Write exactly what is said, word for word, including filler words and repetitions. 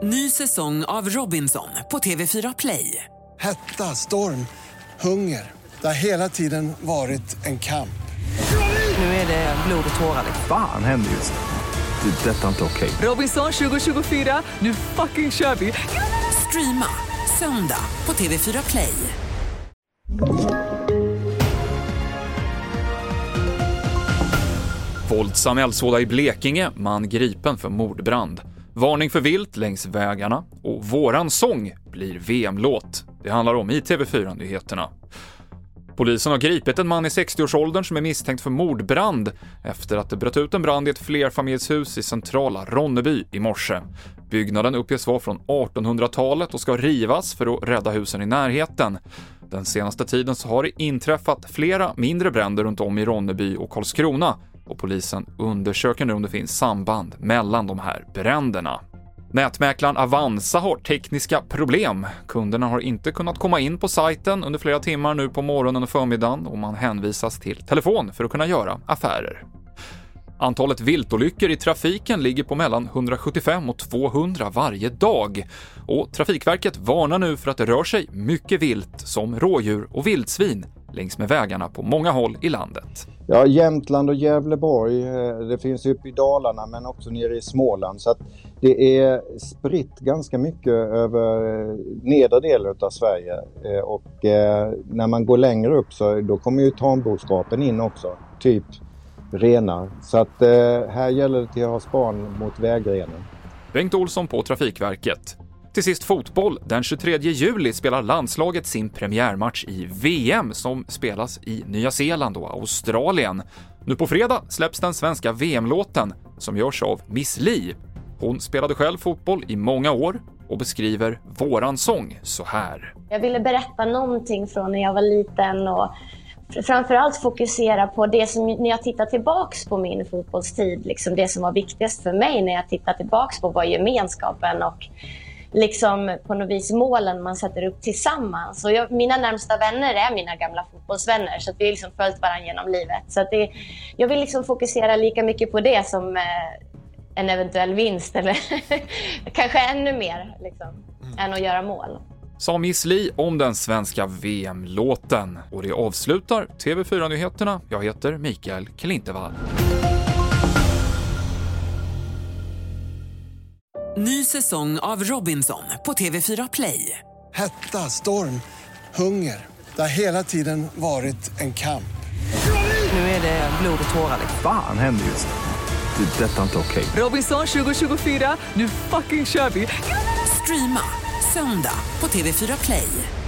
Ny säsong av Robinson på T V fyra Play. Hetta, storm, hunger. Det har hela tiden varit en kamp. Nu är det blod och tårar. Fan händer just det. Det är detta inte okej. Robinson tjugo tjugofyra, nu fucking kör vi. Streama söndag på T V fyra Play. Våldsam eldsvåda i Blekinge, man gripen för mordbrand. Varning för vilt längs vägarna och våran sång blir V M-låt. Det handlar om i T V fyra-nyheterna. Polisen har gripit en man i sextioårsåldern som är misstänkt för mordbrand efter att det bröt ut en brand i ett flerfamiljshus i centrala Ronneby i morse. Byggnaden uppges vara från artonhundratalet och ska rivas för att rädda husen i närheten. Den senaste tiden så har det inträffat flera mindre bränder runt om i Ronneby och Karlskrona och polisen undersöker nu om det finns samband mellan de här bränderna. Nätmäklaren Avanza har tekniska problem. Kunderna har inte kunnat komma in på sajten under flera timmar nu på morgonen och förmiddagen och man hänvisas till telefon för att kunna göra affärer. Antalet viltolyckor i trafiken ligger på mellan hundrasjuttiofem och tvåhundra varje dag. Och Trafikverket varnar nu för att det rör sig mycket vilt som rådjur och vildsvin längs med vägarna på många håll i landet. Ja, Jämtland och Gävleborg, det finns uppe i Dalarna men också nere i Småland. Så att det är spritt ganska mycket över nedre delen av Sverige. Och när man går längre upp så då kommer ju tamboskapen in också, typ renar. Så att här gäller det att ha span mot vägrenen. Bengt Olsson på Trafikverket. Till sist fotboll. Den tjugotredje juli spelar landslaget sin premiärmatch i V M som spelas i Nya Zeeland och Australien. Nu på fredag släpps den svenska V M-låten som görs av Miss Li. Hon spelade själv fotboll i många år och beskriver våran sång så här. Jag ville berätta någonting från när jag var liten och framförallt fokusera på det som när jag tittar tillbaks på min fotbollstid. Liksom det som var viktigast för mig när jag tittar tillbaks på var gemenskapen och liksom på något vis målen man sätter upp tillsammans. Och jag, mina närmsta vänner är mina gamla fotbollsvänner så att vi har liksom följt varandra genom livet. Så att det, jag vill liksom fokusera lika mycket på det som eh, en eventuell vinst eller kanske ännu mer liksom, mm. än att göra mål. Sa Miss Li om den svenska V M-låten. Och det avslutar T V fyra-nyheterna. Jag heter Mikael Klintevall. Ny säsong av Robinson på T V fyra Play. Hetta, storm, hunger. Det har hela tiden varit en kamp. Nu är det blod och tårar. Fan händer just det. Det är detta inte okej. Robinson tjugo tjugofyra, nu fucking kör vi. Streama söndag på T V fyra Play.